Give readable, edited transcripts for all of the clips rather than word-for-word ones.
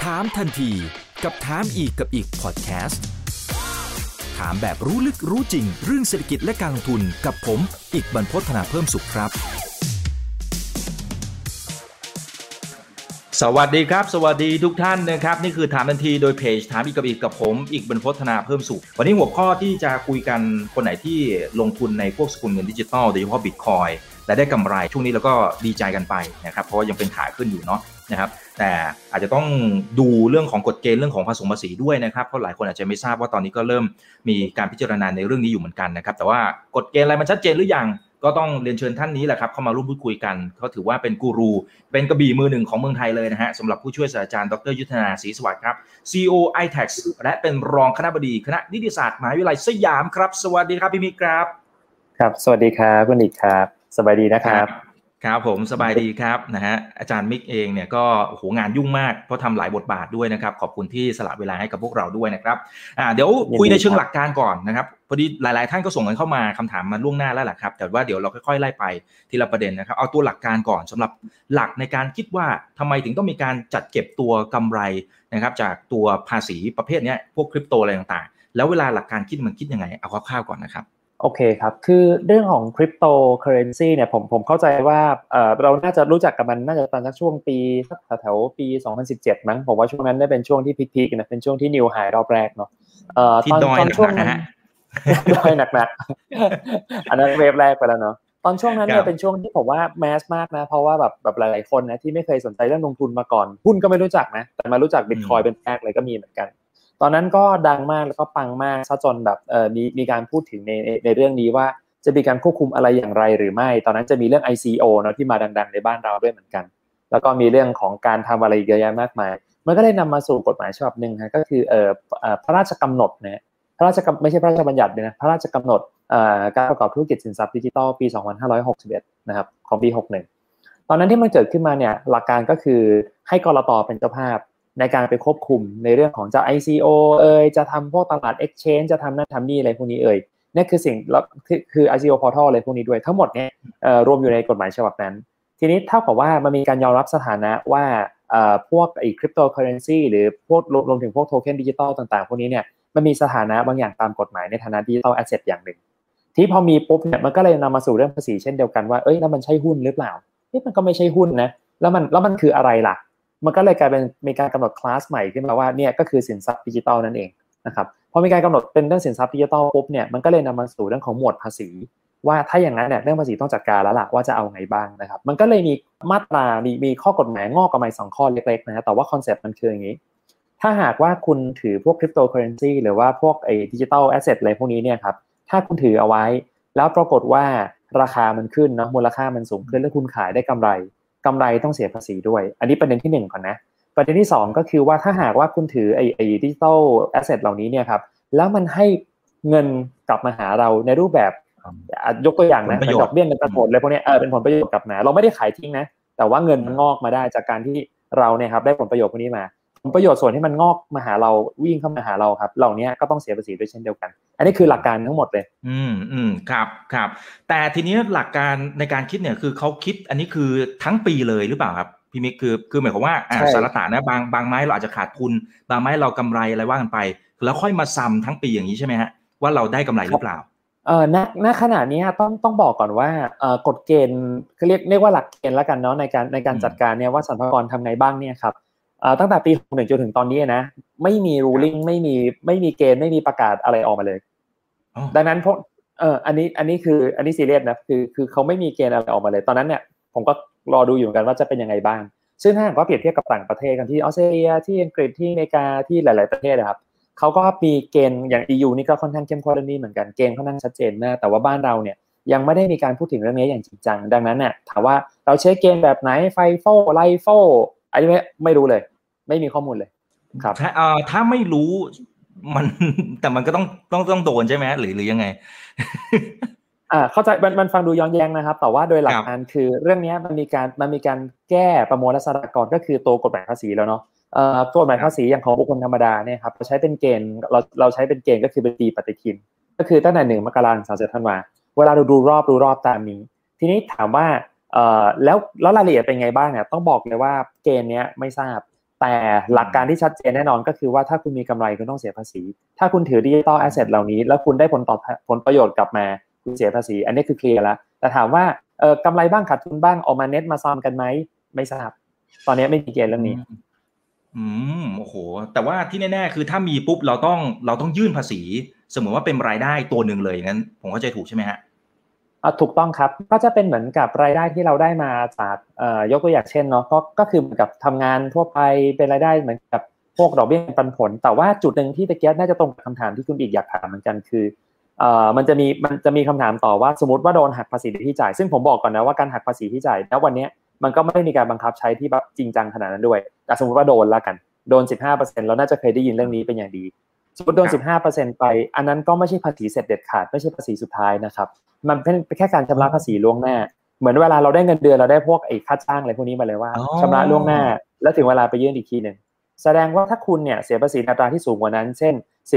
ถามทันทีกับถามอีกกับอีกพอดแคสต์ถามแบบรู้ลึกรู้จริงเรื่องเศรษฐกิจและการลงทุนกับผมอีกบรรพต ธนาเพิ่มสุขครับสวัสดีครับสวัสดีทุกท่านนะครับนี่คือถามทันทีโดยเพจถามอีกกับอีกกับผมอีกบรรพต ธนาเพิ่มสุขวันนี้หัวข้อที่จะคุยกันคนไหนที่ลงทุนในพวกสกุลเงินดิจิทัลโดยเฉพาะ Bitcoin และได้กำไรช่วงนี้เราก็ดีใจกันไปนะครับเพราะว่ายังเป็นขาขึ้นอยู่เนาะนะครับแต่อาจจะต้องดูเรื่องของกฎเกณฑ์เรื่องของภาษีด้วยนะครับเพราะหลายคนอาจจะไม่ทราบว่าตอนนี้ก็เริ่มมีการพิจารณาในเรื่องนี้อยู่เหมือนกันนะครับแต่ว่ากฎเกณฑ์อะไรมันชัดเจนหรือยังก็ต้องเรียนเชิญท่านนี้แหละครับเข้ามาร่วมพูดคุยกันเขาถือว่าเป็นกูรูเป็นกระบี่มือหนึ่งของเมืองไทยเลยนะฮะสำหรับผู้ช่วยศาสตราจารย์ดร.ยุทธนาศรีสวัสดิ์ครับ CEO iTax และเป็นรองคณบดีคณะนิติศาสตร์มหาวิทยาลัยสยามครับสวัสดีครับพี่มิกครับครับสวัสดีครับคุณอีกครับสบายดีนะครับครับผมสบายดีครับนะฮะอาจารย์มิกเองเนี่ยก็โอ้โหงานยุ่งมากเพราะทำหลายบทบาทด้วยนะครับขอบคุณที่สละเวลาให้กับพวกเราด้วยนะครับเดี๋ยวคุยในเชิงหลักการก่อนนะครับพอดีหลายๆท่านก็ส่งกันเข้ามาคำถามมาล่วงหน้าแล้วแหละครับแต่ว่าเดี๋ยวเราค่อยๆไล่ไปทีละประเด็นนะครับเอาตัวหลักการก่อนสำหรับหลักในการคิดว่าทำไมถึงต้องมีการจัดเก็บตัวกำไรนะครับจากตัวภาษีประเภทนี้พวกคริปโตอะไรต่างๆแล้วเวลาหลักการคิดมันคิดยังไงเอาคร่าวๆก่อนนะครับโอเคครับคือเรื่องของคริปโตเคอเรนซีเนี่ยผมเข้าใจว่าเราน่าจะรู้จักกับมันน่าจะตอนช่วงปีแถวๆปี2017มั้งผมว่าช่วงนั้นได้เป็นช่วงที่พีคๆนะเป็นช่วงที่นิวไฮรอบแรกเนาะตอนช่วงนั้นดอยหนักๆอันนั้นเวฟแรกไปแล้วเนาะตอนช่วงนั้นเนี่ยเป็นช่วงที่ผมว่าแมสมากนะเพราะว่าแบบหลายๆคนนะที่ไม่เคยสนใจเรื่องลงทุนมาก่อนหุ้นก็ไม่รู้จักนะแต่มารู้จัก Bitcoin เป็นแรกเลยก็มีเหมือนกันตอนนั้นก็ดังมากแล้วก็ปังมากซะจนแบบมีการพูดถึงในเรื่องนี้ว่าจะมีการควบคุมอะไรอย่างไรหรือไม่ตอนนั้นจะมีเรื่อง ICO เนาะที่มาดังๆในบ้านเราด้วยเหมือนกันแล้วก็มีเรื่องของการทำอะไรเยอะแยะมากมายมันก็เลยนำมาสู่กฎหมายฉบับนึงฮะก็คือพระราชกำหนดนะไม่ใช่พระราชบัญญัตินะพระราชกำหนดการประกอบธุรกิจสินทรัพย์ดิจิทัลปี2561นะครับของปี61ตอนนั้นที่มันเกิดขึ้นมาเนี่ยหลักการก็คือให้กลต.เป็นเจ้าภาพในการไปควบคุมในเรื่องของจะ ICO จะทำพวกตลาด Exchange จะทำนั่นทำนี่อะไรพวกนี้นี่คือสิ่งแล้วคือ ICO Portal อะไรพวกนี้ด้วยทั้งหมดเนี่ยรวมอยู่ในกฎหมายฉบับนั้นทีนี้เท่ากับว่ามันมีการยอมรับสถานะว่าพวกคริปโตเคอเรนซีหรือพวกรวมถึงพวกโทเค็นดิจิตอลต่างๆพวกนี้เนี่ยมันมีสถานะบางอย่างตามกฎหมายในฐานะดิจิทัลแอสเซทอย่างหนึ่งที่พอมีปุ๊บเนี่ยมันก็เลยนำมาสู่เรื่องภาษีเช่นเดียวกันว่าแล้วมันใช่หุ้นหรือเปล่ามันก็ไม่ใช่หุ้นนะแล้วมันคืออะไรล่ะมันก็เลยกลายเป็นมีการกำหนดคลาสใหม่ขึ้นมาว่าเนี่ยก็คือสินทรัพย์ดิจิทัลนั่นเองนะครับพอมีการกำหนดเป็นเรื่องสินทรัพย์ดิจิทัลปุ๊บเนี่ยมันก็เลยนำมาสู่เรื่องของหมวดภาษีว่าถ้าอย่างนั้นเนี่ยเรื่องภาษีต้องจัดการแล้วล่ะว่าจะเอาไงบ้างนะครับมันก็เลยมีมาตรามีข้อกฎหมายงอกออกมา2ข้อเล็กๆนะแต่ว่าคอนเซ็ปต์มันคืออย่างนี้ถ้าหากว่าคุณถือพวกคริปโตเคอเรนซีหรือว่าพวกดิจิทัลแอสเซทอะไรพวกนี้เนี่ยครับถ้าคุณถือเอาไว้แล้วปรากฏว่าราคามันขึ้นเนาะมูลค่ามันสูงขึ้นแล้วคุณขายได้กำไรต้องเสียภาษีด้วยอันนี้ประเด็นที่1ก่อนนะประเด็นที่2ก็คือว่าถ้าหากว่าคุณถือดิจิทัลแอสเซทเหล่านี้เนี่ยครับแล้วมันให้เงินกลับมาหาเราในรูปแบบยกตัวอย่างนะเป็นดอกเบี้ยเงินปันผลอะไรพวกนี้เป็นผลประโยชน์กลับมาเราไม่ได้ขายทิ้งนะแต่ว่าเงินมันงอกมาได้จากการที่เราเนี่ยครับได้ผลประโยชน์พวกนี้มาผลประโยชน์ส่วนที่มันงอกมาหาเราวิ่งเข้ามาหาเราครับเหล่านี้ก็ต้องเสียภาษีด้วยเช่นเดียวกันอันนี้คือหลักการทั้งหมดเลยครับแต่ทีนี้หลักการในการคิดเนี่ยคือเขาคิดอันนี้คือทั้งปีเลยหรือเปล่าครับพี่มิกคือหมายความว่าสารตะนะบางไม้เราอาจจะขาดทุนบางไม้เรากำไรอะไรว่ากันไปแล้วค่อยมาซ้ำทั้งปีอย่างนี้ใช่ไหมฮะว่าเราได้กำไรหรือเปล่าณขณะนี้ต้องบอกก่อนว่ากฎเกณฑ์เรียกว่าหลักเกณฑ์แล้วกันเนาะในการจัดการเนี่ยว่าสรรพากรทำไงบ้างเนี่ยครับตั้งแต่ปี61จนถึงตอนนี้นะไม่มี ruling ไม่มีเกณฑ์ไม่มีประกาศอะไรออกมาเลยดังนั้นพวกอันนี้ซีเรียสนะคือเขาไม่มีเกณฑ์อะไรออกมาเลยตอนนั้นเนี่ยผมก็รอดูอยู่เหมือนกันว่าจะเป็นยังไงบ้างซึ่งถ้าหากว่าเปรียบเทียบกับต่างประเทศกันที่ออสเตรเลียที่อังกฤษที่อเมริกาที่หลายๆประเทศนะครับเขาก็มีเกณฑ์อย่าง EU นี่ก็ค่อนข้างเข้มข้นเรื่องนี้เหมือนกันเกณฑ์ค่อนข้างชัดเจนมากแต่ว่าบ้านเราเนี่ยยังไม่ได้มีการพูดถึงเรื่องนี้อย่างจริงจังดังนั้นเนี่ยถามว่าเราใช้เกณฑ์แบบไหนไฟโฟไลโฟอันนี้ไม่รู้เลยไม่มีข้อมูลเลยครับถ้าไม่รู้มันแต่มันก็ต้องโดนใช่ไหมหรือยังไงเข้าใจมันฟังดูย้อนแย้งนะครับแต่ว่าโดยหลักการคือเรื่องนี้มันมีการแก้ประมวลรัษฎากรก็คือตัวกฎหมายภาษีแล้วเนาะตัวกฎหมายภาษีอย่างของบุคคลธรรมดาเนี่ยครับเราใช้เป็นเกณฑ์เราใช้เป็นเกณฑ์ก็คือเป็นปีปฏิทินก็คือตั้งแต่1 มกราคม ถึง 31 ธันวาคมเวลาเราดูรอบตามนี้ทีนี้ถามว่าแล้วรายละเอียดเป็นไงบ้างเนี่ยต้องบอกเลยว่าเกณฑ์เนี้ยไม่ทราบแต่หลักการที่ชัดเจนแน่นอนก็คือว่าถ้าคุณมีกำไรคุณต้องเสียภาษีถ้าคุณถือดิจิตอลแอสเซทเหล่านี้แล้วคุณได้ผลประโยชน์กลับมาคุณเสียภาษีอันนี้คือเคลียร์แล้วแต่ถามว่ากำไรบ้างขาดทุนบ้างออกมาเน็ตมาซ้ำกันไหมไม่ทราบตอนนี้ไม่มีเกณฑ์เรื่องนี้โอ้โหแต่ว่าที่แน่ๆคือถ้ามีปุ๊บเราต้องยื่นภาษีสมมติว่าเป็นรายได้ตัวหนึ่งเลยงั้นผมเข้าใจถูกใช่ไหมฮะถูกต้องครับก็จะเป็นเหมือนกับรายได้ที่เราได้มาจากยกตัวอย่างเช่นเนาะก็คือเหมือนกับทำงานทั่วไปเป็นรายได้เหมือนกับพวกดอกเบี้ยปันผลแต่ว่าจุดหนึ่งที่ตะเกียบน่าจะตรงกับคำถามที่คุณอีกอยากถามเหมือนกันคือมันจะมีคำถามต่อว่าสมมติว่าโดนหักภาษีที่จ่ายซึ่งผมบอกก่อนนะว่าการหักภาษีที่จ่ายณวันนี้มันก็ไม่ได้มีการบังคับใช้ที่แบบจริงจังขนาดนั้นด้วยแต่สมมติว่าโดนละกันโดน 15% แล้วน่าจะเคยได้ยินเรื่องนี้เป็นอย่างดีสมมติโดน 15% ไปอันนั้นก็ไม่ใช่ภาษีเสร็จเด็ดขาดไม่ใช่ภาษีสุดท้ายนะครับมันเป็นแค่การชำระภาษีล่วงหน้าเหมือนเวลาเราได้เงินเดือนเราได้พวกไอ้ค่าจ้างอะไรพวกนี้มาเลยว่าชำระล่วงหน้าแล้วถึงเวลาไปยื่นอีกทีนึงแสดงว่าถ้าคุณเนี่ยเสียภาษีอัตราที่สูงกว่านั้นเช่น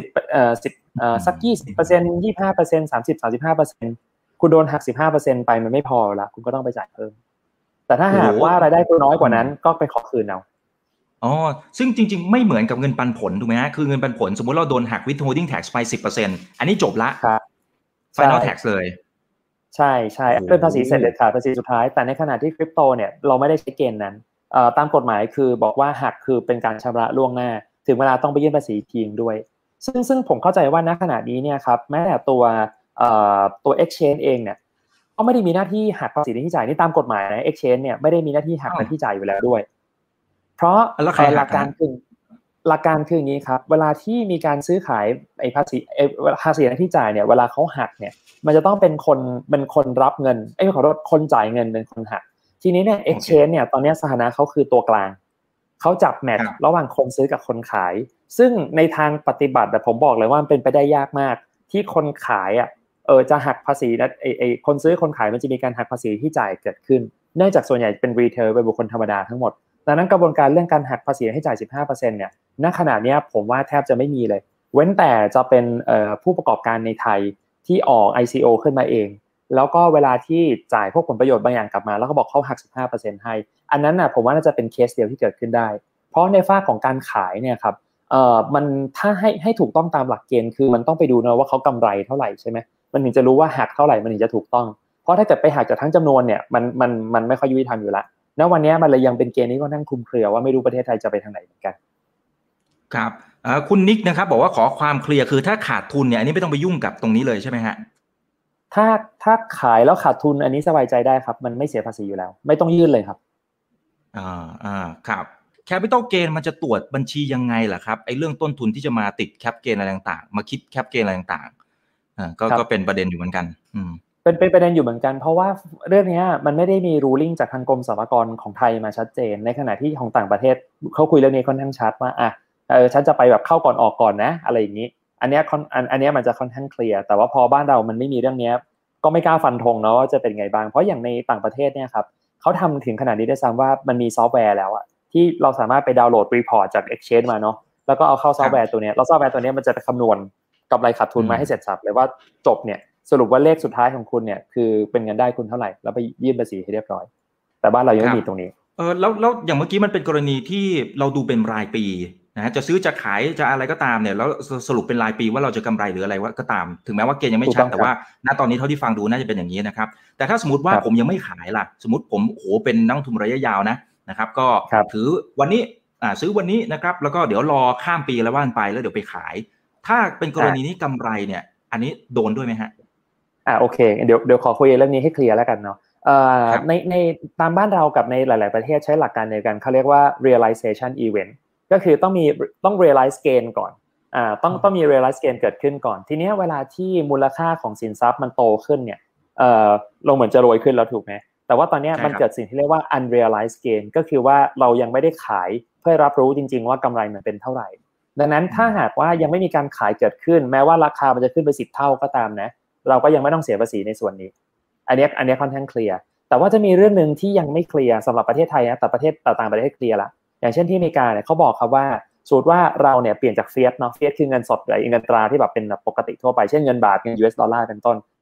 10สัก 20% 25% 30 35%คุณโดนหัก 15% ไปมันไม่พอละคุณก็ต้องไปจ่ายเพิ่มแต่ถ้าหากว่ารายได้คุณน้อยกว่านั้นก็ไปขอคืนเอาอ๋อซึ่งจริงๆไม่เหมือนกับเงินปันผลถูกไหมฮะคือเงินปันผลสมมุติเราโดนหัก withholding tax ไป 10% อันนี้จบละครับ final tax เลยใช่ใช่เป็นภาษีเสร็จเด็ดขาดภาษีสุดท้ายแต่ในขณะที่คริปโตเนี่ยเราไม่ได้ใช้เกณฑ์นั้นตามกฎหมายคือบอกว่าหักคือเป็นการชำระล่วงหน้าถึงเวลาต้องไปยื่นภาษีทีงด้วยซึ่งผมเข้าใจว่าณขณะนี้เนี่ยครับแม้แต่ตัว exchange เองเนี่ยก็ไม่ได้มีหน้าที่หักภาษีที่จ่ายนี่ตามกฎหมายนะ exchange เนี่ยไม่ได้มีหน้าที่หักหน้าที่จ่ายอยู่แล้วด้วยเพราะหลักการคืออย่างนี้ครับเวลาที่มีการซื้อขายไอ้ภาษีหน้าที่จ่ายเนี่ยเวลาเขาหักเนี่ยมันจะต้องเป็นคนรับเงินขอโทษคนจ่ายเงินเป็นคนหักทีนี้เนี่ย exchange เนี่ยตอนนี้สถานะเขาคือตัวกลางเขาจับแมทช์ระหว่างคนซื้อกับคนขายซึ่งในทางปฏิบัติแต่ผมบอกเลยว่ามันเป็นไปได้ยากมากที่คนขายจะหักภาษีนะคนซื้อคนขายมันจะมีการหักภาษีที่จ่ายเกิดขึ้นเนื่องจากส่วนใหญ่เป็นรีเทลเป็นบุคคลธรรมดาทั้งหมดดังนั้นกระบวนการเรื่องการหักภาษีให้จ่าย 15% เนี่ยณขณะนี้ผมว่าแทบจะไม่มีเลยเว้นแต่จะเป็นผู้ประกอบการในไทยที่ออก ICO ขึ้นมาเองแล้วก็เวลาที่จ่ายพวกผลประโยชน์บางอย่างกลับมาแล้วก็บอกเขาหัก 15% ให้อันนั้นน่ะผมว่าน่าจะเป็นเคสเดียวที่เกิดขึ้นได้เพราะในฝ่ายของการขายเนี่ยครับมันถ้าให้ถูกต้องตามหลักเกณฑ์คือมันต้องไปดูนะว่าเขากำไรเท่าไหร่ใช่ไหมมันถึงจะรู้ว่าหักเท่าไหร่มันถึงจะถูกต้องเพราะถ้าเกิดไปหักจากทั้งจำนวนเนี่ยมันไม่ค่อยยุติธรรมอยู่ละณวันนี้มันเลยยังเป็นเกณฑ์นี้ก็นั่งคลุมเครือว่าไม่รู้ประเทศไทยจะไปทางไหนเหมือนกันครับคุณนิกนะครับบอกว่าขอความเคลียร์คือถ้าขาดทุนเนี่ยอันนี้ไม่ต้องไปยุ่งกับตรงนี้เลยใช่ไหมฮะถ้าขายแล้วขาดทุนอันนี้สบายใจได้ครับมันไม่เสียภาษีอยู่แล้วไม่ต้องยื่นเลยครับครับแคปิตอลเกนมันจะตรวจบัญชียังไงล่ะครับไอ้เรื่องต้นทุนที่จะมาติดแคปเกนอะไรต่างๆมาคิดแคปเกนอะไรต่างๆก็เป็นประเด็นอยู่เหมือนกันเป็นประเด็นอยู่เหมือนกันเพราะว่าเรื่องนี้มันไม่ได้มี ruling จากทางกรมสรรพากรของไทยมาชัดเจนในขณะที่ของต่างประเทศเขาคุยเรื่องนี้ค่อนข้างชัดว่าฉันจะไปแบบเข้าก่อนออกก่อนนะอะไรอย่างนี้อันนี้มันจะค่อนข้างเคลียร์แต่ว่าพอบ้านเรามันไม่มีเรื่องนี้ก็ไม่กล้าฟันธงเนาะว่าจะเป็นไงบ้างเพราะอย่างในต่างประเทศเนี่ยครับเขาทำถึงขนาดนี้ด้วยซ้ำว่ามันมีซอฟต์แวร์แล้วอะที่เราสามารถไปดาวน์โหลดรีพอร์ตจาก Exchange มาเนาะแล้วก็เอาเข้าซอฟต์แวร์ตัวนี้แล้วซอฟต์แวร์ตัวนี้มันจะคำนวณกำไรขาดทุนมาให้เสร็จสับเลยว่าจบเนี่ยสรุปว่าเลขสุดท้ายของคุณเนี่ยคือเป็นเงินได้คุณเท่าไหร่แล้วไปยื่นภาษีให้เรียบร้อยแต่บ้านเรายังไม่มีตรงนี้แล้วอย่างเมื่อกี้มันเป็นกรณีที่เราดูเป็นรายปีนะฮะจะซื้อจะขายจะอะไรก็ตามเนี่ยแล้วสรุปเป็นรายปีว่าเราจะกำไรหรืออะไรว่าก็ตามถึงแม้ว่าเกณฑ์ยังไม่ชัดแต่ว่าณตอนนี้เท่าที่ฟังดูน่าจะเป็นอย่างนี้นะครับแต่ถ้าสมมติว่าผมยังไม่ขายล่ะสมมติผมเป็นนักลงทุนระยะยาวนะครับก็ถือวันนี้ซื้อวันนี้นะครับแล้วก็เดี๋ยวรอข้ามปีแล้วว่านไปแล้วเดี๋ยวไปขายถ้าเป็นกรณีนี้กำไรเนี่ยอันนี้โดนด้วยไหมฮะโอเคเดี๋ยวขอคุยเรื่องนี้ให้เคลียร์แล้วกันเนาะในตามบ้านเรากับในหลายๆประเทศใช้หลักการเดียวกันเขาเรียกว่า realization event ก็คือต้อง realize gain ก่อนต้องมี realize gain เกิดขึ้นก่อนทีนี้เวลาที่มูลค่าของสินทรัพย์มันโตขึ้นเนี่ยลงเหมือนจะรวยขึ้นแล้วถูกไหมแต่ว่าตอนนี้มันเกิดสิ่งที่เรียกว่า unrealized gain ก็คือว่าเรายังไม่ได้ขายเพื่อรับรู้จริงๆว่ากำไรมันเป็นเท่าไหร่ดังนั้นถ้าหากว่ายังไม่มีการขายเกิดขึ้นแม้ว่าราคามันจะขึ้นไป10 เท่าก็ตามนะเราก็ยังไม่ต้องเสียภาษีในส่วนนี้อันนี้ค่อนข้างเคลียร์แต่ว่าจะมีเรื่องนึงที่ยังไม่เคลียร์สำหรับประเทศไทยนะแต่ต่างประเทศเคลียร์ละอย่างเช่นที่อเมริกาเนี่ยเขาบอกครับว่าสมมติว่าเราเนี่ยเปลี่ยนจากเฟียสเนาะเฟียสคือเงินสดหรือเงินตราที่แบบเป็นปกติทั่วไปเช่นเงินบาทเงิน US ดอลลาร์เป็นต้น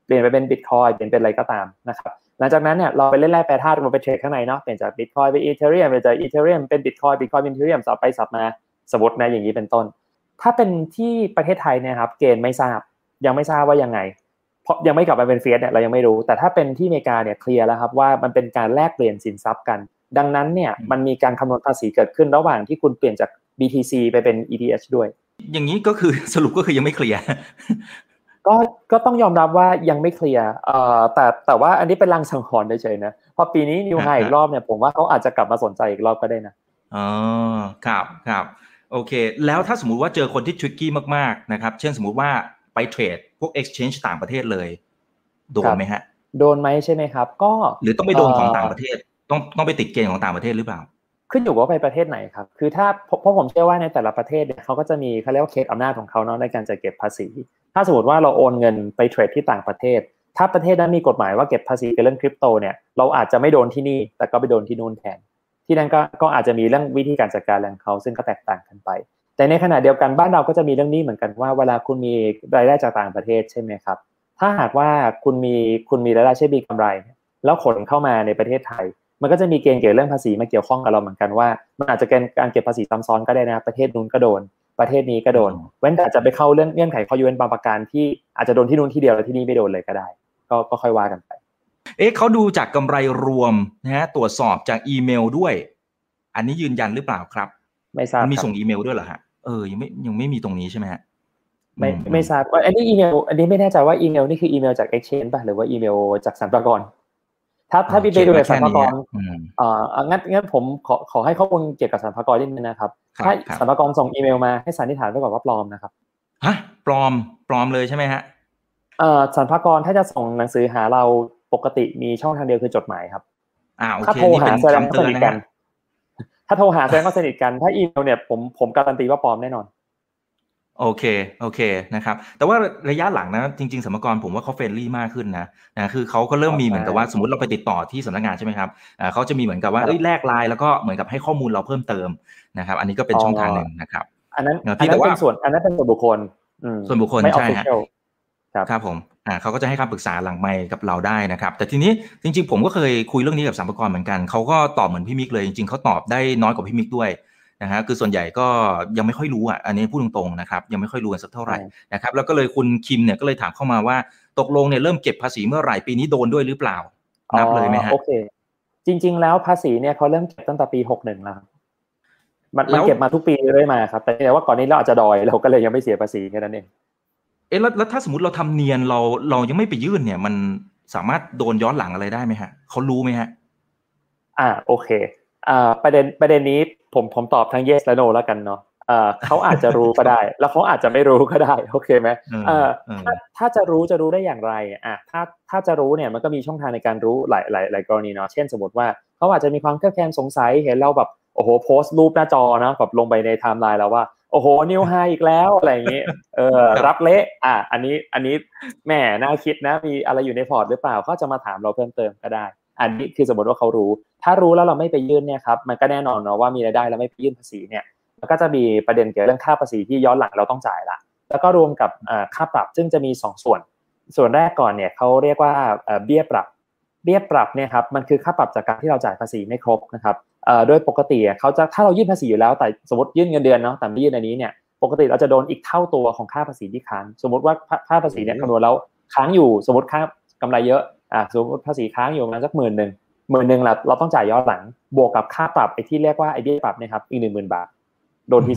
เปลี่ยนไปเป็น Bitcoin เปลี่ยนเป็นอะไรก็ตามนะครับหลังจากนั้นเนี่ยเราไปเล่นแร่แปรธาตุเราไปเทรดข้างในเนาะเปลี่ยนจาก Bitcoin ไป Ethereum เปลี่ยนจาก Ethereum เป็น Bitcoin เป็น Ethereum สับไปสับมาสมมตินะอย่างนี้เป็นต้นถ้าเป็นที่ประเทศไทยเนี่ยครับเกณฑ์ไม่ทราบยังไม่ทราบว่ายังไงเพราะยังไม่กลับมาเป็นเฟียสเนี่ยเรายังไม่รู้แต่ถ้าเป็นที่อเมริกาเนี่ยเคลียร์แล้วครับว่ามันเป็นการแลกเปลี่ยนสินทรัพย์กันดังนั้นเนี่ยมันมีการคำนวณภาษีเกิดขึ้นระหว่างที่คุณเปลี่ยนจาก BTC ไปเป็น ETH ด้วยอย่างนี้ก็คือสรุปก็คือยังไม่เคลียร์ก็ต้องยอมรับว่ายังไม่เคลียร์แต่ว่าอันนี้เป็นลางสังหรณ์เฉยๆนะพอปีนี้นิวไฮอีกรอบเนี่ยผมว่าเขาอาจจะกลับมาสนใจอีกรอบก็ได้นะอ๋อครับโอเคแล้วถ้าสมมุติว่าเจอคนที่ทริกกี้มากๆนะครับเช่นสมมุติว่าไปเทรดพวก exchange ต่างประเทศเลยโดนไหมฮะโดนไหมใช่ไหมครับก็หรือต้องไปโดนของต่างประเทศต้องไปติดเกณฑ์ของต่างประเทศหรือเปล่าขึ้นอยู่ว่าไปประเทศไหนครับคือถ้าเพราะผมเชื่อว่าในแต่ละประเทศเนี่ยเขาก็จะมีเขาเรียกว่าเขตอำนาจของเขาเนาะในการจัดเก็บภาษีถ้าสมมติว่าเราโอนเงินไปเทรดที่ต่างประเทศถ้าประเทศนั้นมีกฎหมายว่าเก็บภาษีเป็นเรื่องคริปโตเนี่ยเราอาจจะไม่โดนที่นี่แต่ก็ไปโดนที่นู่นแทนที่นั่นก็อาจจะมีเรื่องวิธีการจัดการของเขาซึ่งก็แตกต่างกันไปแต่ในขณะเดียวกันบ้านเราก็จะมีเรื่องนี้เหมือนกันว่าเวลาคุณมีรายได้จากต่างประเทศใช่ไหมครับถ้าหากว่าคุณมีรายได้ใช้มีกำไรแล้วขนเข้ามาในประเทศไทยมันก็จะมีเกณฑ์เกี่ยวเรื่องภาษีมาเกี่ยวข้องกับเราเหมือนกันว่ามันอาจจะเป็นการเก็บภาษีซ้ำซ้อนก็ได้นะประเทศนู้นก็โดนประเทศนี้ก็โดนเว้นแต่จะไปเข้าเรื่องเงื่อนไขข้อยกเว้นบางประการที่อาจจะโดนที่นู้นที่เดียวแล้วที่นี่ไม่โดนเลยก็ได้ก็ค่อยว่ากันไปเขาดูจากกำไรรวมนะฮะตรวจสอบจากอีเมลด้วยอันนี้ยืนยันหรือเปล่าครับไม่ทราบมีส่งอีเมลด้วยเหรอฮะยังไม่มีตรงนี้ใช่ไหมฮะไม่ทราบว่าอันนี้อีเมลอันนี้ไม่แน่ใจว่าอีเมลนี่คืออีเมลจาก Exchange ป่ะหรือว่าอีเมลจากสรรพากรถ้าพี่ไปดูในสรรพากรงั้นผมขอให้ข้อมูลเกี่ยวกับสรรพากรนิดนึงนะครับถ้าสรรพากรส่งอีเมลมาให้สันนิษฐานไว้ก่อนว่าปลอมนะครับฮะปลอมเลยใช่ไหมฮะสรรพากรถ้าจะส่งหนังสือหาเราปกติมีช่องทางเดียวคือจดหมายครับถ้าโทรหาแสดงว่าสนิทกันถ้าโทรหาแสดงว่าสนิทกันถ้าอีเมลเนี่ยผมการันตีว่าปลอมแน่นอนโอเคนะครับแต่ว่าระยะหลังนะจริงๆสรรพากรผมว่าเขาเฟรนลี่มากขึ้นนะคือเขาก็เริ่มมีเหมือนกับว่าสมมติเราไปติดต่อที่สำนักงานใช่ไหมครับเขาจะมีเหมือนกับว่าแลกไลน์แล้วก็เหมือนกับให้ข้อมูลเราเพิ่มเติมนะครับอันนี้ก็เป็นช่องทางหนึ่งนะครับอันนั้นเป็นส่วนบุคคลส่วนบุคคลใช่ครับผมเขาก็จะให้คำปรึกษาหลังไมค์กับเราได้นะครับแต่ทีนี้จริงๆผมก็เคยคุยเรื่องนี้กับสรรพากรเหมือนกันเขาก็ตอบเหมือนพี่มิกเลยจริงๆเขาตอบได้น้อยกว่าพี่มิกด้วยนะฮะคือส่วนใหญ่ก็ยังไม่ค่อยรู้อันนี้พูดตรงๆนะครับยังไม่ค่อยรู้กันสักเท่าไหร่นะครับแล้วก็เลยคุณคิมเนี่ยก็เลยถามเข้ามาว่าตกลงเนี่ยเริ่มเก็บภาษีเมื่อไหร่ปีนี้โดนด้วยหรือเปล่านับเลยไหมฮะโอเคจริงๆแล้วภาษีเนี่ยเขาเริ่มเก็บตั้งแต่ปี61แล้วมันเก็บมาทุกปีเรื่อยมาครับแต่ว่าก่อนนี้เราอาจจะดอยเราก็เลยยังไม่เสียภาษีแค่นั้นเองแล้วถ้าสมมติเราทำเนียนเรายังไม่ไปยื่นเนี่ยมันสามารถโดนย้อนหลังอะไรได้ไหมฮะเขารู้ไหมฮะโอเคประเด็นนี้ผมตอบทั้ง yes และ no แล้วกันเนาะเขาอาจจะรู้ก็ได้แล้วเขาอาจจะไม่รู้ก็ได้โอเคไหมถ้าจะรู้ได้อย่างไรถ้าจะรู้เนี่ยมันก็มีช่องทางในการรู้หลายกรณีเนาะเช่นสมมติว่าเขาอาจจะมีความเครือบแคลงสงสัยเห็นเราแบบโอ้โหโพสต์รูปหน้าจอนะแบบลงไปในไทม์ไลน์แล้วว่าโอ้โหนิวไฮอีกแล้วอะไรอย่างงี้รับเละอันนี้แหมน่าคิดนะมีอะไรอยู่ในพอร์ตหรือเปล่าเขาจะมาถามเราเพิ่มเติมก็ได้อันนี้คือสมมติว่าเขารู้ถ้ารู้แล้วเราไม่ไปยื่นเนี่ยครับมันก็แน่นอนเนาะว่ามีรายได้แล้วไม่ไปยื่นภาษีเนี่ยมันก็จะมีประเด็นเกี่ยวกับเรื่องค่าภาษีที่ย้อนหลังเราต้องจ่ายละแล้วก็รวมกับค่าปรับซึ่งจะมี2ส่วนแรกก่อนเนี่ยเขาเรียกว่าเบี้ยปรับเนี่ยครับมันคือค่าปรับจากการที่เราจ่ายภาษีไม่ครบนะครับโดยปกติเขาจะถ้าเรายื่นภาษีอยู่แล้วแต่สมมติยื่นเงินเดือนเนาะแต่ไม่ยื่นอันนี้เนี่ยปกติเราจะโดนอีกเท่าตัวของค่าภาษีที่ค้างสมมติว่าค่าภาษีเนี่ยคำนวณแล้วค้างอยู่สมมติค่ากำไรเยอะสมมติภาษีค้างอยู่ประมาณสัก10,000เราต้องจ่ายย้อนหลังบวกกับค่าปรับไอ้ที่เรียกว่าไอ้เบี้ยปรับเนี่ยครับอีก 10,000 บาทโดนที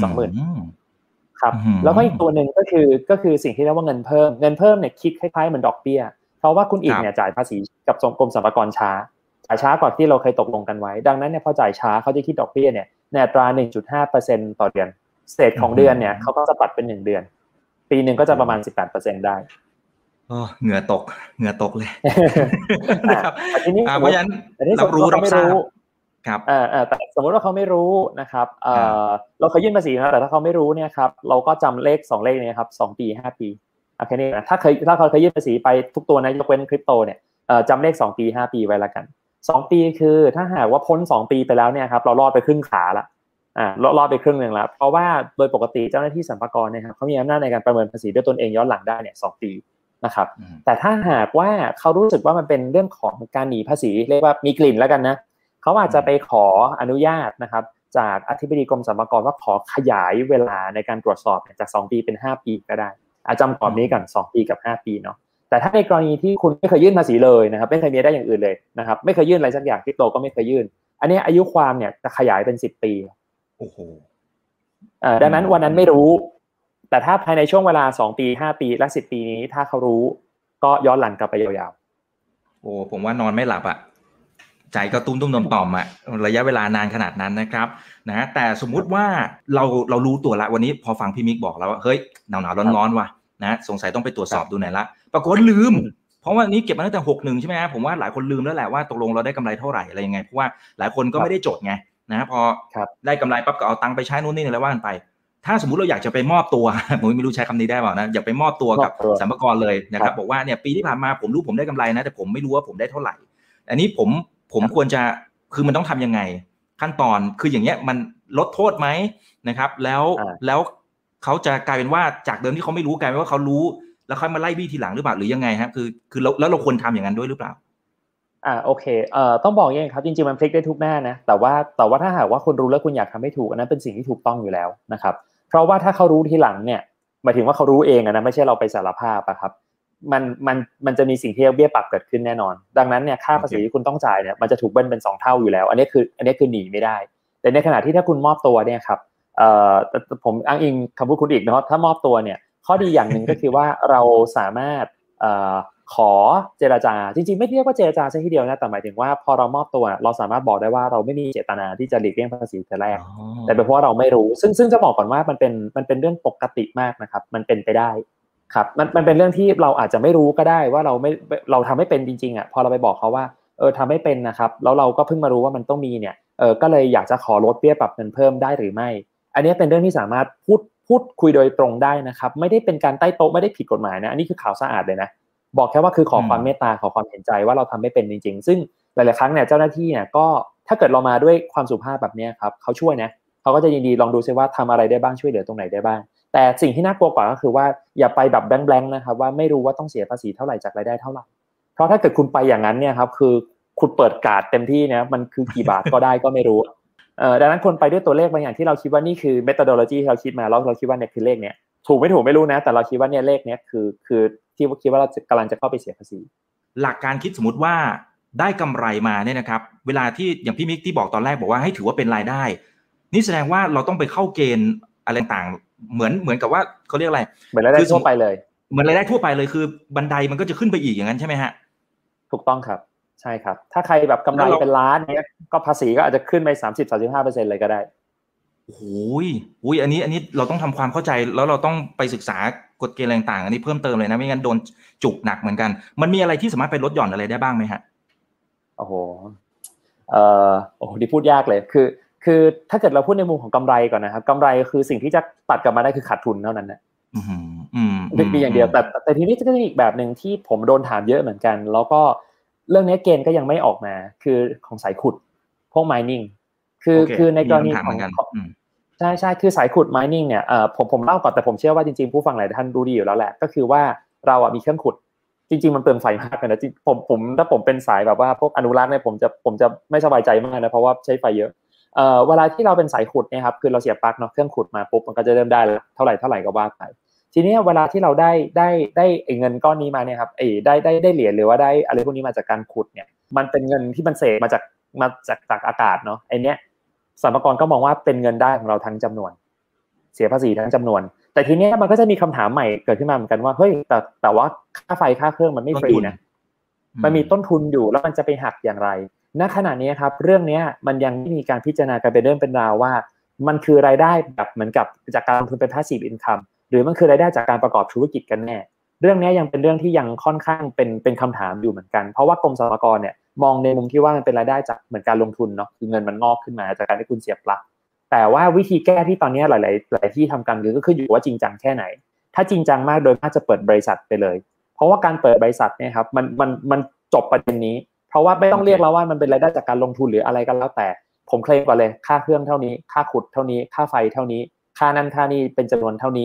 20,000 ครับแล้วก็อีกตัวนึงก็คือสิ่งที่เรียกว่าเงินเพิ่มเนี่ยคิดคล้ายๆเหมือนดอกเบี้ยเพราะว่าคุณอีกเนี่ยจ่ายภาษีกับกรมสรรพากรจ่ายช้ากว่าที่เราเคยตกลงกันไว้ดังนั้นเนี่ยพอจ่ายช้าเขาจะคิดดอกเบี้ยเนี่ยในอัตรา 1.5% ต่อเดือนเศษของเดือนเนี่ยเขาก็จะปัดเป็น1เดือนปีนึงก็จะประมาณ 18% ได้เหงื่อตกเลยนะครับทีนี้เพราะฉะนั้นรับรู้รับทราบครับแต่สมมติว่าเขาไม่รู้นะครับเราเคยยื่นภาษีนะแต่ถ้าเขาไม่รู้เนี่ยครับเราก็จำเลข2เลขนี้ครับ2ปี5ปีโอเคนี่นะถ้าเขาเคยยื่นภาษีไปทุกตัวนะยกเว้นคริปโตเนี่ยจำเลข2ปี5ปีไว้ละกัน2ปีคือถ้าหากว่าพ้น2ปีไปแล้วเนี่ยครับเรารอดไปครึ่งขาละรอดไปครึ่งนึงแล้วเพราะว่าโดยปกติเจ้าหน้าที่สรรพากรเนี่ยครับเขามีอำนาจในการประเมินภาษีด้วยตนเองย้อนหลังได้เนี่ย2ปีนะครับแต่ถ้าหากว่าเขารู้สึกว่ามันเป็นเรื่องของการหนีภาษีเรียกว่ามีกลิ่นแล้วกันนะเขาอาจจะไปขออนุญาตนะครับจากอธิบดีกรมสรรพากรว่าขอขยายเวลาในการตรวจสอบจาก2 ปีเป็น5 ปีก็ได้จำกรอบนี้กัน2 ปีกับ5 ปีเนาะแต่ถ้าในกรณีที่คุณไม่เคยยื่นภาษีเลยนะครับไม่เคยมีได้อย่างอื่นเลยนะครับไม่เคยยื่นอะไรสักอย่างคริปโตก็ไม่เคยยื่นอันนี้อายุความเนี่ยจะขยายเป็น10 ปีโอ้โหดังนั้นวันนั้นไม่รู้แต่ถ้าภายในช่วงเวลา2 ปี5 ปีและ10 ปีนี้ถ้าเขารู้ก็ย้อนหลังกลับไปยาวๆโอ้ผมว่านอนไม่หลับอ่ะใจก็ตุ้มๆต่อมๆอ่ะระยะเวลานานขนาดนั้นนะครับนะแต่สมมุติว่าเรารู้ตัวละวันนี้พอฟังพี่มิกบอกแล้วว่าเฮ้ยหนาวๆร้อนๆว่ะนะสงสัยต้องไปตรวจสอบดูหน่อยละปรากฏลืมเพราะว่านี้เก็บมาตั้งแต่61ใช่ไหมครับผมว่าหลายคนลืมแล้วแหละว่าตกลงเราได้กำไรเท่าไหร่อะไรยังไงเพราะว่าหลายคนก็ไม่ได้จดไงนะพอได้กำไรปั๊บก็เอาตังค์ไปใช้นู่นนี่อะไรว่ากันไปถ้าสมมุติเราอยากจะไปมอบตัวผมไม่รู้ใช้คำนี้ได้เปล่านะอยากไปมอบตัวกับสรรพากรเลยนะครับบอกว่าเนี่ยปีที่ผ่านมาผมรู้ผมได้กำไรนะแต่ผมไม่รู้ว่าผมได้เท่าไหร่อันนี้ผมควรจะคือมันต้องทำยังไงขั้นตอนคืออย่างเงี้ยมันลดโทษไหมนะครับแล้วเขาจะกลายเป็นว่าจากเดิมที่เขาไม่รู้กลายเป็นว่าเขารู้แล้วค่อยมาไล่บี้ทีหลังหรือเปล่าหรือยังไงครับคือแล้วเราควรทำอย่างนั้นด้วยหรือเปล่าโอเคต้องบอกอย่างนี้ครับจริงๆมันพลิกได้ทุกหน้านะแต่ว่าถ้าหากว่าคุณรู้แล้วคุณอยากทำให้ถูกอันนั้นเป็นสิ่งที่ถูกต้องอยู่แล้วนะครับเพราะว่าถ้าเขารู้ทีหลังเนี่ยหมายถึงว่าเขารู้เองนะไม่ใช่เราไปสารภาพอะครับมันจะมีสิ่งที่เรียกเบี้ยปรับเกิดขึ้นแน่นอนดังนั้นเนี่ยค่าภาษีที่คุณต้องจ่ายเนี่ยมันจะถูกเบิ้ลเป็น2 เท่าอยู่แล้วอันนี้คือหนีไม่ได้แต่ในขณะที่ถ้าคุณมอบตัวเนี่ยครับผมอ้างอิงคำพูดคุณอีกนะครับถ้ามอบตัวเนี่ยข้อดีอย่างหนึ่งก็คือว่าเราสามารถขอเจรจาจริงๆไม่เรียกว่าเจรจาซะทีเดียวนะแต่หมายถึงว่าพอเรามอบตัวเราสามารถบอกได้ว่าเราไม่มีเจตนาที่จะหลีกเลี่ยงภาษีแต่แรกแต่เป็นเพราะว่าเราไม่รู้ซึ่งจะบอกก่อนว่ามันเป็นเรื่องปกติมากนะครับมันเป็นไปได้ครับมันเป็นเรื่องที่เราอาจจะไม่รู้ก็ได้ว่าเราทำไม่เป็นจริงๆอ่ะพอเราไปบอกเขาว่าทำไม่เป็นนะครับแล้วเราก็เพิ่งมารู้ว่ามันต้องมีเนี่ยก็เลยอยากจะขอลดเบี้ยปรับเงินเพิ่มได้หรือไม่อันนี้เป็นเรื่องที่สามารถพูดคุยโดยตรงได้นะครับไม่ได้เป็นการใต้โต๊ะไม่ได้ผิดกฎหมายนะอันนี้คือข่าวสะอาดเลยนะบอกแค่ว่าคือขอความเมตตาขอความเห็นใจว่าเราทำไม่เป็นจริงๆซึ่งหลายๆครั้งเนี่ยเจ้าหน้าที่เนี่ยก็ถ้าเกิดเรามาด้วยความสุภาพแบบนี้ครับเขาช่วยนะเขาก็จะยินดีลองดูซิว่าทำอะไรได้บ้างช่วยเหลือตรงไหนได้บ้างแต่สิ่งที่น่ากลัวกว่าก็คือว่าอย่าไปแบบแบงค์นะครับว่าไม่รู้ว่าต้องเสียภาษีเท่าไหร่จากรายได้เท่าไหร่เพราะถ้าเกิดคุณไปอย่างนั้นเนี่ยครับคือคุณเปิดการ์ดเต็มที่นะมันคือกี่บาทก็ได้ก็ไม่รู้ดังนั้นคนไปด้วยตัวเลขบางอย่างที่เราคิดว่านี่คือ methodology ที่เราคิดมาแล้วเราคิดว่าเนี่ยคือเลขเนี่ยถูกไม่รู้นะแต่เราคิดว่าเนี่ยเลขเนี่ยคือที่คิดว่าเรากำลังจะเข้าไปเสียภาษีหลักการคิดสมมติว่าได้กำไรมาเนี่ยนะครับเวลาที่อย่างพี่มิกที่บอกตอนแรกบอกว่าให้ถือว่าเป็นรายได้นี่แสดงว่าเราต้องไปเข้าเกณฑ์อะไรต่างเหมือนกับว่าเขาเรียกอะไรเหมือนรายได้ทั่วไปเลยเหมือนรายได้ทั่วไปเลยคือบันไดมันก็จะขึ้นไปอีกอย่างนั้นใช่ไหมฮะถูกต้องครับใช่ครับถ้าใครแบบกำไรเป็นล้านเนี่ยก็ภาษีก็อาจจะขึ้นไป 30-35% เลยก็ได้โอ้ยอันนี้เราต้องทำความเข้าใจแล้วเราต้องไปศึกษากฎเกณฑ์ต่างๆอันนี้เพิ่มเติมเลยนะไม่งั้นโดนจุกหนักเหมือนกันมันมีอะไรที่สามารถไปลดหย่อนอะไรได้บ้างไหมฮะโอ้โหที่พูดยากเลยคือถ้าเกิดเราพูดในมุมของกำไรก่อนนะครับกำไรคือสิ่งที่จะตัดกลับมาได้คือขาดทุนเท่านั้นนะมีอย่างเดียวแต่ทีนี้จะมีอีกแบบนึงที่ผมโดนถามเยอะเหมือนกันแล้วก็เรื่องนี้เกณฑ์ก็ยังไม่ออกมาคือของสายขุดพวก mining คือในกรณีของใช่คือสายขุด mining เนี่ยผมเล่าก่อนแต่ผมเชื่อว่าจริงๆผู้ฟังหลายท่านรู้ดีอยู่แล้วแหละก็คือว่าเรามีเครื่องขุดจริงๆมันเปลืองไฟมากเลยนะผมถ้าผมเป็นสายแบบว่าพวกอนุรักษ์เนี่ยผมจะไม่สบายใจมากนะเพราะว่าใช้ไฟเยอะเวลาที่เราเป็นสายขุดเนี่ยครับคือเราเสียบปลั๊กเนาะเครื่องขุดมาปุ๊บมันก็จะเริ่มได้แล้วเท่าไหร่ก็ว่าไปทีนี้เวลาที่เราได้เงินก้อนนี้มาเนี่ยครับได้เหรียญหรือว่าได้อะไรพวกนี้มาจากการขุดเนี่ยมันเป็นเงินที่มันเสกมาจากอากาศเนาะไอเนี้ยสรรพากรก็มองว่าเป็นเงินได้ของเราทั้งจำนวนเสียภาษีทั้งจำนวนแต่ทีนี้มันก็จะมีคำถามใหม่เกิดขึ้นมาเหมือนกันว่าเฮ้ยแต่ว่าค่าไฟค่าเครื่องมันไม่ฟรีนะมันมีต้นทุนอยู่แล้วมันจะไปหักอย่างไรณขณะนี้ครับเรื่องนี้มันยังไม่มีการพิจารณากันเป็นเรื่องเป็นราวว่ามันคือรายได้แบบเหมือนกับจากการลงทุนเป็น passive income หรือมันคือรายได้จากการประกอบธุรกิจกันแน่เรื่องนี้ยังเป็นเรื่องที่ยังค่อนข้างเป็นคำถามอยู่เหมือนกันเพราะว่ากรมสรรพากรเนี่ยมองในมุมที่ว่ามันเป็นรายได้จากเหมือนการลงทุนเนาะคือเงินมันงอกขึ้นมาจากการที่คุณเสียบปลั๊กแต่ว่าวิธีแก้ที่ตอนนี้หลายที่ทำกันก็ขึ้นอยู่ว่าจริงจังแค่ไหนถ้าจริงจังมากโดยมากจะเปิดบริษัทไปเลยเพราะว่าการเปิดบริษัทเนี่ยครับมันจบประเด็นนี้เพราะว่าไม่ต้องเรียกแล้วว่ามันเป็นรายได้จากการลงทุนหรืออะไรก็แล้วแต่ผมเคลมก่อนเลยค่าเครื่องเท่านี้ค่าขุดเท่านี้ค่าไฟเท่านี้ค่านั้นค่านี้เป็นจำนวนเท่านี้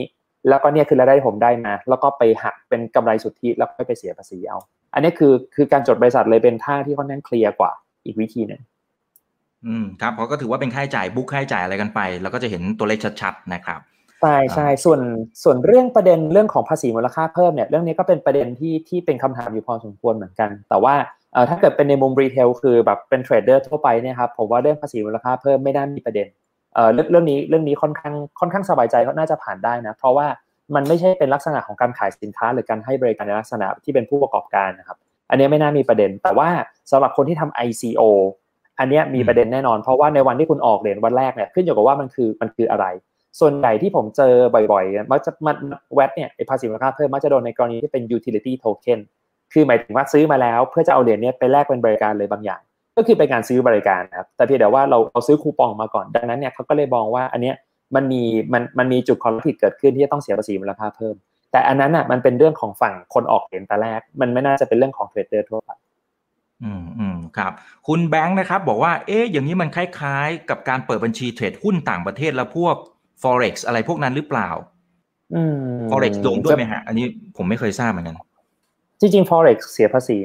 แล้วก็เนี่ยคือรายได้ผมได้มาแล้วก็ไปหักเป็นกำไรสุทธิแล้วก็ไปเสียภาษีเอาอันนี้คือการจดบริษัทเลยเป็นท่าที่ค่อนข้างเคลียร์กว่าอีกวิธีนึงครับเพราะก็ถือว่าเป็นค่าใช้จ่ายบุ๊กค่าใช้จ่ายอะไรกันไปแล้วก็จะเห็นตัวเลขชัดๆนะครับใช่ส่วนเรื่องประเด็นเรื่องของภาษีมูลค่าเพิ่มเนี่ยเรื่องนี้ก็เป็นประเด็นที่เป็นคำถามอยู่พอสมควรเหมือนกันแต่ว่าถ้าเกิดเป็นในมุมรีเทลคือแบบเป็นเทรดเดอร์ทั่วไปเนี่ยครับผมว่าเรื่องภาษีมูลค่าเพิ่มไม่น่ามีประเด็นเรื่องนี้ค่อนข้างสบายใจก็น่าจะผ่านได้นะเพราะว่ามันไม่ใช่เป็นลักษณะของการขายสินค้าหรือการให้บริการในลักษณะที่เป็นผู้ประกอบการนะครับอันนี้ไม่น่ามีประเด็นแต่ว่าสำหรับคนที่ทำ ICO อันนี้มีประเด็นแน่นอนเพราะว่าในวันที่คุณออกเหรียญวันแรกเนี่ยขึ้นอยู่กับว่ามันคืออะไรส่วนใหญ่ที่ผมเจอบ่อยๆมักจะแวดเนี่ยภาษีมูลค่าเพิ่มมักจะโดนในกรณีที่เป็น utility token คือหมายถึงว่าซื้อมาแล้วเพื่อจะเอาเหรียญนี้ไปแลกเป็นบริการเลยบางอย่างก็คือเป็นการซื้อบริการนะครับแต่เพียงแต่ว่าเราซื้อคูปองมาก่อนดังนั้นเนี่ยเขาก็เลยมองว่าอันเนี้ยมันมีจุดความผิดเกิดขึ้นที่จะต้องเสียภาษีมูลค่าเพิ่มแต่อันนั้นอ่ะมันเป็นเรื่องของฝั่งคนออกเหรียญแต่แรกมันไม่น่าจะเป็นเรื่องของเทรดเดอร์ทั่วไปครับคุณแบงค์นะครับบอกว่าอย่างนี้มันคล้ายๆกับการเปิดบัญชีเทรดหุ้นต่างประเทศแล้วพวก forex อะไรพวกนั้นหรือเปล่าforex โดนด้วยไหมฮะอันนี้ผมไม่เคยทราบเหมือนกันจริงๆ forex เสียภาษี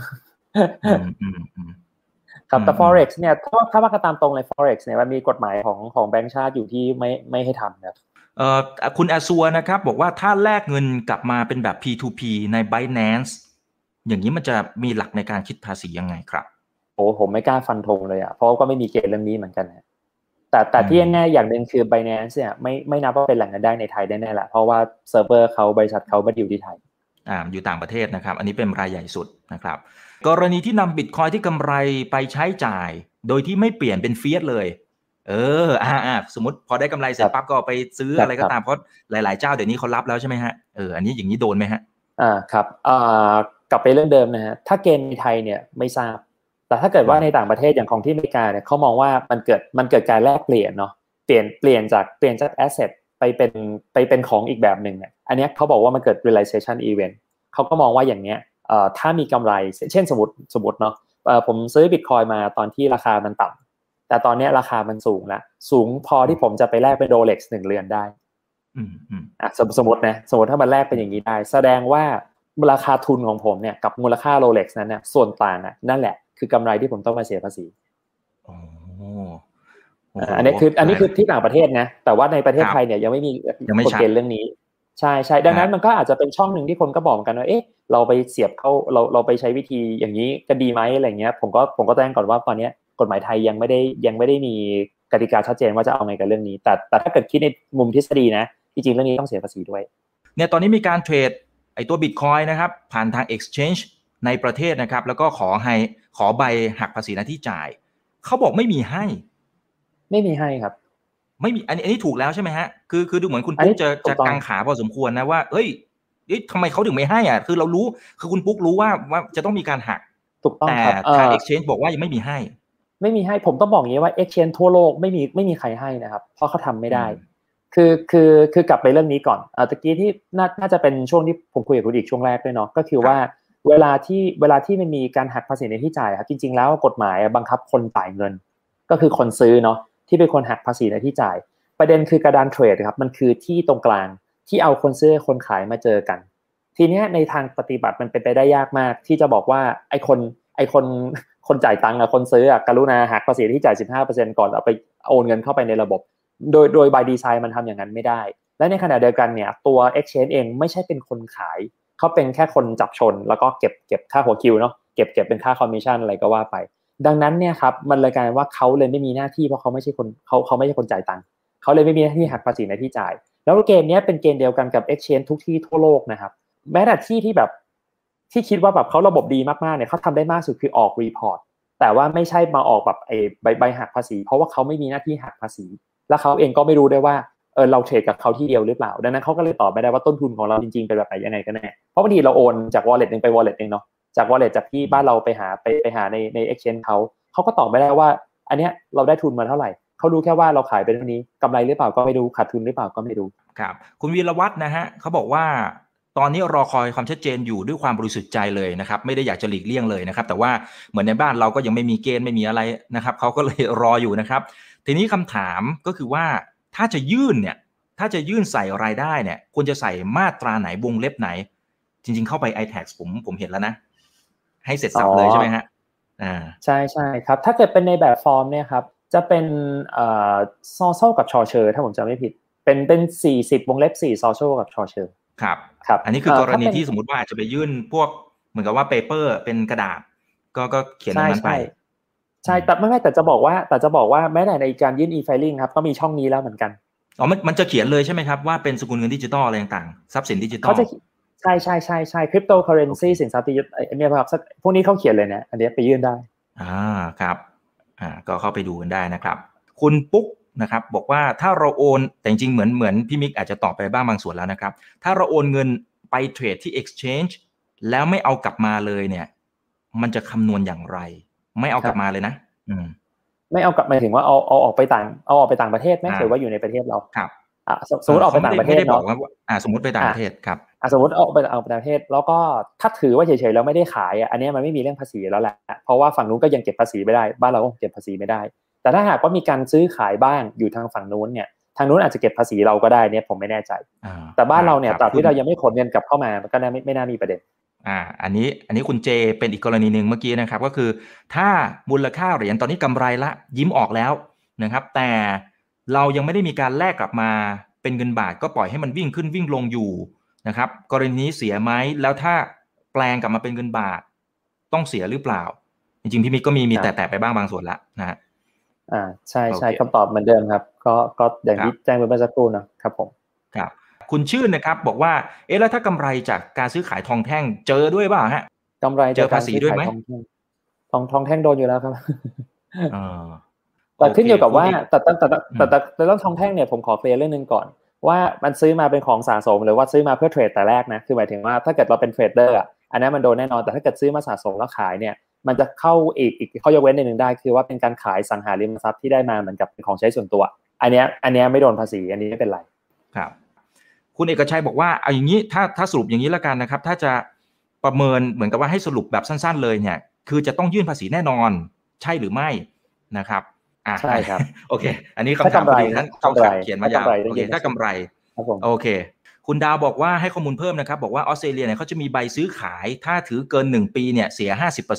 นะครับแต่ forex เนี่ยถ้าว่ากันตามตรงเลย forex เนี่ยมันมีกฎหมายของแบงก์ชาติอยู่ที่ไม่ให้ทำนะคุณอาซัวนะครับบอกว่าถ้าแลกเงินกลับมาเป็นแบบ P2P ใน Binance อย่างนี้มันจะมีหลักในการคิดภาษียังไงครับโอ้ผมไม่กล้าฟันธงเลยอ่ะเพราะก็ไม่มีเกณฑ์เรื่องนี้เหมือนกันนะแต่ที่แน่ๆอย่างหนึ่งคือ Binance เนี่ยไม่นับว่าเป็นแหล่งเงินได้ในไทยแน่ๆแหละเพราะว่าเซิร์ฟเวอร์เขาบริษัทเขาไม่อยู่ที่ไทยอยู่ต่างประเทศนะครับอันนี้เป็นรายใหญ่สุดนะครับกรณีที่นำบิตคอยที่กำไรไปใช้จ่ายโดยที่ไม่เปลี่ยนเป็นเฟียสเลยสมมติพอได้กำไรเสร็จปั๊บก็ไปซื้ออะไรก็ตามเพราะหลายๆเจ้าเดี๋ยวนี้เขารับแล้วใช่ไหมฮะอันนี้อย่างนี้โดนไหมฮะครับกลับไปเรื่องเดิมนะฮะถ้าเกณฑ์ในไทยเนี่ยไม่ทราบแต่ถ้าเกิดว่าในต่างประเทศอย่างของที่อเมริกาเนี่ยเขามองว่ามันเกิดการแลกเปลี่ยนเนาะเปลี่ยนจากแอสเซทไปเป็นของอีกแบบหนึ่งเนี่ยอันนี้เขาบอกว่ามันเกิด realization event เขาก็มองว่าอย่างเนี้ยถ้ามีกำไรเช่นสมมติเนาะผมซื้อบิตคอยมาตอนที่ราคามันต่ำแต่ตอนนี้ราคามันสูงแล้วสูงพอที่ผมจะไปแลกเป็นโรเล็กซ์1เรือนได้สมมติถ้ามันแลกเป็นอย่างนี้ได้แสดงว่าราคาทุนของผมเนี่ยกับมูลค่าโรเล็กซ์นั้นเนี่ยส่วนต่างนั่นแหละคือกำไรที่ผมต้องมาเสียภาษีอันนี้คือที่ต่างประเทศนะแต่ว่าในประเทศไทยเนี่ยยังไม่มีกฎเกณฑ์เรื่องนี้ใช่ดังนั้นมันก็อาจจะเป็นช่องหนึ่งที่คนก็บอกกันว่าเราไปเสียบเข้าเราไปใช้วิธีอย่างนี้ก็ดีไหมอะไรเงี้ยผมก็แจ้งก่อนว่าตอนนี้กฎหมายไทยยังไม่ได้มีกติกาชัดเจนว่าจะเอาไงกับเรื่องนี้แต่ถ้าเกิดคิดในมุมทฤษฎีนะจริงๆเรื่องนี้ต้องเสียภาษีด้วยเนี่ยตอนนี้มีการเทรดไอ้ตัว Bitcoin นะครับผ่านทาง Exchange ในประเทศนะครับแล้วก็ขอใบหักภาษีหน้าที่จ่ายเขาบอกไม่มีให้ครับไม่มีอันนี้ถูกแล้วใช่ไหมฮะคือดูเหมือนคุณปุ๊กจะกังขาพอสมควรนะว่าทำไมเขาถึงไม่ให้คือเรารู้คือคุณปุ๊กรู้ว่าจะต้องมีการหักถูกต้องแต่ทาง Exchange บอกว่ายังไม่มีให้ผมต้องบอกอย่างนี้ว่า Exchange ทั่วโลกไม่มีใครให้นะครับเพราะเขาทำไม่ได้คือกลับไปเรื่องนี้ก่อนตะกี้ที่น่าจะเป็นช่วงที่ผมคุยกับคุณอีกช่วงแรกด้วยเนาะก็คือว่าเวลาที่มันมีการหักภาษีในที่จ่ายครับจริงๆแล้วกฎหมายบังคับคนจ่ายเงินก็คือคนซื้อเนาะที่เป็นคนหักภาษีในที่จ่ายประเด็นคือกระดานเทรดครับมันคือที่ตรงกลางที่เอาคนซื้อคนขายมาเจอกันทีเนี้ยในทางปฏิบัติมันเป็นไปได้ยากมากที่จะบอกว่าไอ้คนจ่ายตังค์คนซื้อกรุณาหักภาษีที่จ่าย 15% ก่อนเอาไปโอนเงินเข้าไปในระบบโดย by design มันทำอย่างนั้นไม่ได้และในขณะเดียวกันเนี่ยตัว exchange เองไม่ใช่เป็นคนขายเขาเป็นแค่คนจับชนแล้วก็เก็บค่าหัวคิวเนาะเก็บเป็นค่าคอมมิชชั่นอะไรก็ว่าไปดังนั้นเนี่ยครับมันเลยกลายว่าเขาเลยไม่มีหน้าที่เพราะเขาไม่ใช่เขาไม่ใช่คนจ่ายตังค์เขาเลยไม่มีหน้าที่หักภาษีในที่จ่ายแล้วเกณฑ์นี้เป็นเกณฑ์เดียวกันกับ exchange ทุกที่ทั่วโลกนะครับแม้แต่ที่แบบที่คิดว่าแบบเขาระบบดีมากๆเนี่ยเขาทำได้มากสุดคือออกรีพอร์ตแต่ว่าไม่ใช่มาออกแบบใบหักภาษีเพราะว่าเขาไม่มีหน้าที่หักภาษีแล้วเขาเองก็ไม่รู้ได้ว่าเราเทรดกับเขาที่เดียวหรือเปล่าดังนั้นเขาก็เลยตอบไม่ได้ว่าต้นทุนของเราจริงๆเป็นแบบไหนยังไงกันแน่เพราะบางทีเราโอนจาก wallet นึงไป wallet นึงเนาะจาก wallet จากที่บ้านเราไปหาใน exchange เขาก็ตอบไม่ได้ว่าอันเนี้ยเราได้ทุนมาเท่าไหร่เขารู้แค่ว่าเราขายเป็นเท่านี้กำไรหรือเปล่าก็ไม่รู้ขาดทุนหรือเปล่าก็ไม่รู้ครับคุณวีรวัฒน์นะฮะเขาบอกว่าตอนนี้รอคอยความชัดเจนอยู่ด้วยความบริสุทธิ์ใจเลยนะครับไม่ได้อยากจะหลีกเลี่ยงเลยนะครับแต่ว่าเหมือนในบ้านเราก็ยังไม่มีเกณฑ์ไม่มีอะไรนะครับเขาก็เลยรออยู่นะครับทีนี้คำถามก็คือว่าถ้าจะยื่นเนี่ยถ้าจะยื่นใส่รายได้เนี่ยควรจะใส่มาตราไหนวงเล็บไหนจริงๆเข้าไป iTax ผมเห็นแล้วนะให้เสร็จสับเลยใช่ไหมฮะใช่ใช่ครับถ้าเกิดเป็นในแบบฟอร์มเนี่ยครับจะเป็นซอโซกับชอเชอร์ถ้าผมจำไม่ผิดเป็น40วงเล็บ4ซอโซกับชอเชอร์ครับอันนี้คือกรณีที่สมมติว่าอาจจะไปยื่นพวกเหมือนกับว่าเปเปอร์เป็นกระดาษก็เขียนตรงนั้นไปใช่แต่ไม่แต่จะบอกว่าแม้แต่ในการยื่น e-filing ครับก็มีช่องนี้แล้วเหมือนกันมันจะเขียนเลยใช่ไหมครับว่าเป็นสกุลเงินดิจิตอลอะไรต่างๆทรัพย์สินดิจิตอลเขาจะใช่คริปโตเคอเรนซีสินทรัพย์ดิจิตอลอันนี้ครับพวกนี้เขาเขียนเลยนะอันนี้ไปยื่นได้ครับก็เข้าไปดูกันได้นะครับคุณปุ๊กนะครับบอกว่าถ้าเราโอนแต่จริงๆเหมือนพี่มิกอาจจะตอบไปบ้างบางส่วนแล้วนะครับถ้าเราโอนเงินไปเทรดที่ exchange แล้วไม่เอากลับมาเลยเนี่ยมันจะคำนวณอย่างไรไม่เอากลับมาเลยนะไม่เอากลับหมายถึงว่าเอาออกไปต่างประเทศไหมหรือว่าอยู่ในประเทศเราครับสมมติออกไปต่างประเทศเนาะสมมติไปต่างประเทศครับสมมติออกไปต่างประเทศแล้วก็ถ้าถือว่าเฉยๆแล้วไม่ได้ขายอันนี้มันไม่มีเรื่องภาษีแล้วแหละเพราะว่าฝั่งนู้นก็ยังเก็บภาษีไม่ได้บ้านเราก็เก็บภาษีไม่ได้แต่ถ้าหากว่ามีการซื้อขายบ้างอยู่ทางฝั่งนู้นเนี่ยทางนู้นอาจจะเก็บภาษีเราก็ได้เนี่ยผมไม่แน่ใจแต่บ้านเราเนี่ยตราบที่เรายังไม่ขนเงินกลับเข้ามามันก็ไม่น่ามีประเด็นอันนี้คุณเจเป็นอีกกรณีหนึ่งเมื่อกี้นะครับก็คือถ้ามูลค่าเหรียญตอนนี้กำไรละยิ้มออกแล้วนะครับแต่เรายังไม่ได้มีการแลกกลับมาเป็นเงินบาทก็ปล่อยให้มันวิ่งขึ้นวิ่งลงอยู่นะครับกรณีนี้เสียไหมแล้วถ้าแปลงกลับมาเป็นเงินบาทต้องเสียหรือเปล่าจริงๆพี่มิกก็มีแต่ไปบ้างบางส่วนละนะฮะใช่คำตอบเหมือนเดิมครับก็อย่างที่แจ้งไปเมื่อสักครู่นะครับผมครับคุณชื่นนะครับบอกว่าแล้วถ้ากำไรจากการซื้อขายทองแท่งเจอด้วยเปล่าฮะกำไรเจอภาษีด้วยไหมทองแท่งโดนอยู่แล้วครับแต่ขึ้นอยู่กับว่าแต่เรื่องทองแท่งเนี่ยผมขอเคลียร์เรื่องนึงก่อนว่ามันซื้อมาเป็นของสะสมหรือว่าซื้อมาเพื่อเทรดแต่แรกนะคือหมายถึงว่าถ้าเกิดเราเป็นเทรดเดอร์อันนั้นมันโดนแน่นอนแต่ถ้าเกิดซื้อมาสะสมแล้วขายเนี่ยมันจะเข้าอีกข้อยกเว้นนึงได้คือว่าเป็นการขายสังหาริมทรัพย์ที่ได้มาเหมือนกับเป็นของใช้ส่วนตัวอันเนี้ยไม่โดนภาษีอันนี้ไม่เป็นไรครับคุณเอกชัยบอกว่าเอาอย่างนี้ถ้าสรุปอย่างนี้แล้วกันนะครับถ้าจะประเมินเหมือนกับว่าให้สรุปแบบสั้นๆเลยเนี่ยคือจะต้องยื่นภาษีแน่นอนใช่หรือไม่นะครับใช่ครับโอเคอันนี้คำถามพอดีท่านเขาเขียนมายาวโอเคถ้ากำไรโอเคคุณดาวบอกว่าให้ข้อมูลเพิ่มนะครับบอกว่าออสเตรเลียเนี่ยเขาจะมีใบซื้อขายถ้าถือเกิน1ปีเนี่ยเสีย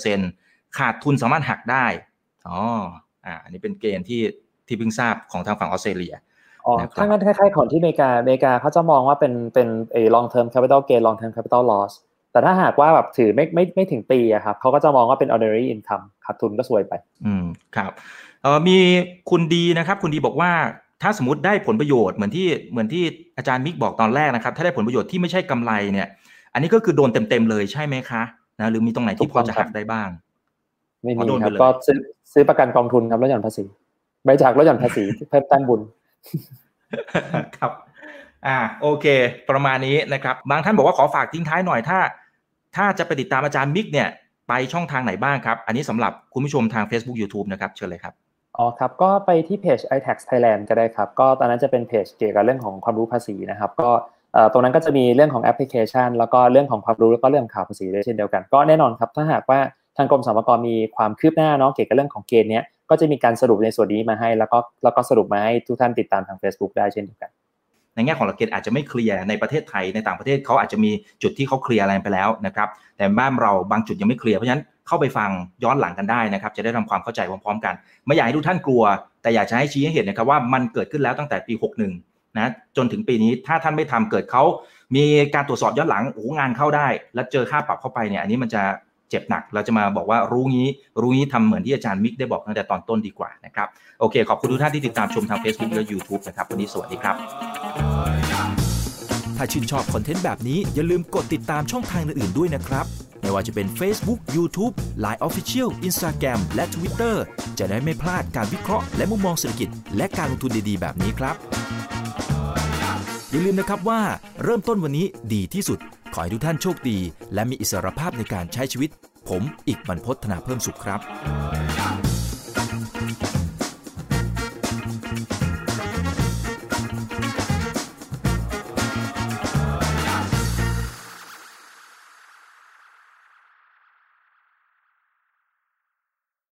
50% ขาดทุนสามารถหักได้อันนี้เป็นเกณฑ์ที่เพิ่งทราบของทางฝั่งออสเตรเลียถ้างั้นคล้ายๆของที่อเมริกาเขาจะมองว่าเป็นlong term capital gain long term capital loss แต่ถ้าหากว่าแบบถือไม่ถึงปีครับเขาก็จะมองว่าเป็น ordinary income ขาดทุนก็ซวยไปครับมีคุณดีนะครับคุณดีบอกว่าถ้าสมมติได้ผลประโยชน์เหมือนที่อาจารย์มิกบอกตอนแรกนะครับถ้าได้ผลประโยชน์ที่ไม่ใช่กำไรเนี่ยอันนี้ก็คือโดนเต็มเลยใช่ไหมคะนะหรือมีตรงไหนที่พอจะหักได้บ้างไม่มีครับก็ซื้อประกันกองทุนครับลดหย่อนภาษีบริจาคลดหย่อนภาษีเพิ่มแต้มบุญครับโอเคประมาณนี้นะครับบางท่านบอกว่าขอฝากทิ้งท้ายหน่อยถ้าจะไปติดตามอาจารย์มิกเนี่ยไปช่องทางไหนบ้างครับอันนี้สำหรับคุณผู้ชมทาง Facebook YouTube นะครับเชิญเลยครับครับก็ไปที่เพจ iTax Thailand ก็ได้ครับก็ตอนนั้นจะเป็นเพจเกี่ยวกับเรื่องของความรู้ภาษีนะครับก็ตรงนั้นก็จะมีเรื่องของแอปพลิเคชันแล้วก็เรื่องของความรู้แล้วก็เรื่องข่าวภาษีด้วยเช่นเดียวกันก็แน่นอนครับถ้าหากว่าทางกรมสรรพากรมีความคืบหน้าเนาะเกี่ยวกับเรื่องของเกณฑ์เนี้ยก็จะมีการสรุปในส่วนนี้มาให้แล้วก็สรุปมาให้ทุกท่านติดตามทาง Facebook ได้เช่นเดียวกันในแง่ของหลักเกณฑ์อาจจะไม่เคลียร์ในประเทศไทยในต่างประเทศเขาอาจจะมีจุดที่เขาเคลียร์อะไรไปแล้วนะครับแต่บ้านเราบางจุดยังไม่เคลียร์เพราะฉะนั้นเข้าไปฟังย้อนหลังกันได้นะครับจะได้ทำความเข้าใจพร้อมๆกันไม่อยากให้ทุกท่านกลัวแต่อยากจะให้ชี้ให้เห็นนะครับว่ามันเกิดขึ้นแล้วตั้งแต่ปี61นะจนถึงปีนี้ถ้าท่านไม่ทำเกิดเขามีการตรวจสอบย้อนหลังงานเข้าได้แล้วเจอค่าปรับเข้าไปเนี่ยอันนี้มันจะเจ็บหนักเราจะมาบอกว่ารู้งี้ทำเหมือนที่อาจารย์มิกได้บอกตั้งแต่ตอนต้นดีกว่านะครับโอเคขอบคุณทุกท่านที่ติดตามชมทาง Facebook และ YouTube นะครับวันนี้สวัสดีครับถ้าชื่นชอบคอนเทนต์แบบนี้อย่าลืมกดติดตามช่องทางอื่นๆด้วยนะครับไม่ว่าจะเป็น Facebook, YouTube, Line Official, Instagram และ Twitter จะได้ไม่พลาดการวิเคราะห์และมุมมองเศรษฐกิจและการลงทุนดีๆแบบนี้ครับอย่าลืมนะครับว่าเริ่มต้นวันนี้ดีที่สุดขอให้ทุกท่านโชคดีและมีอิสรภาพในการใช้ชีวิตผมอีกบรรพต ธนาเพิ่มสุขครับ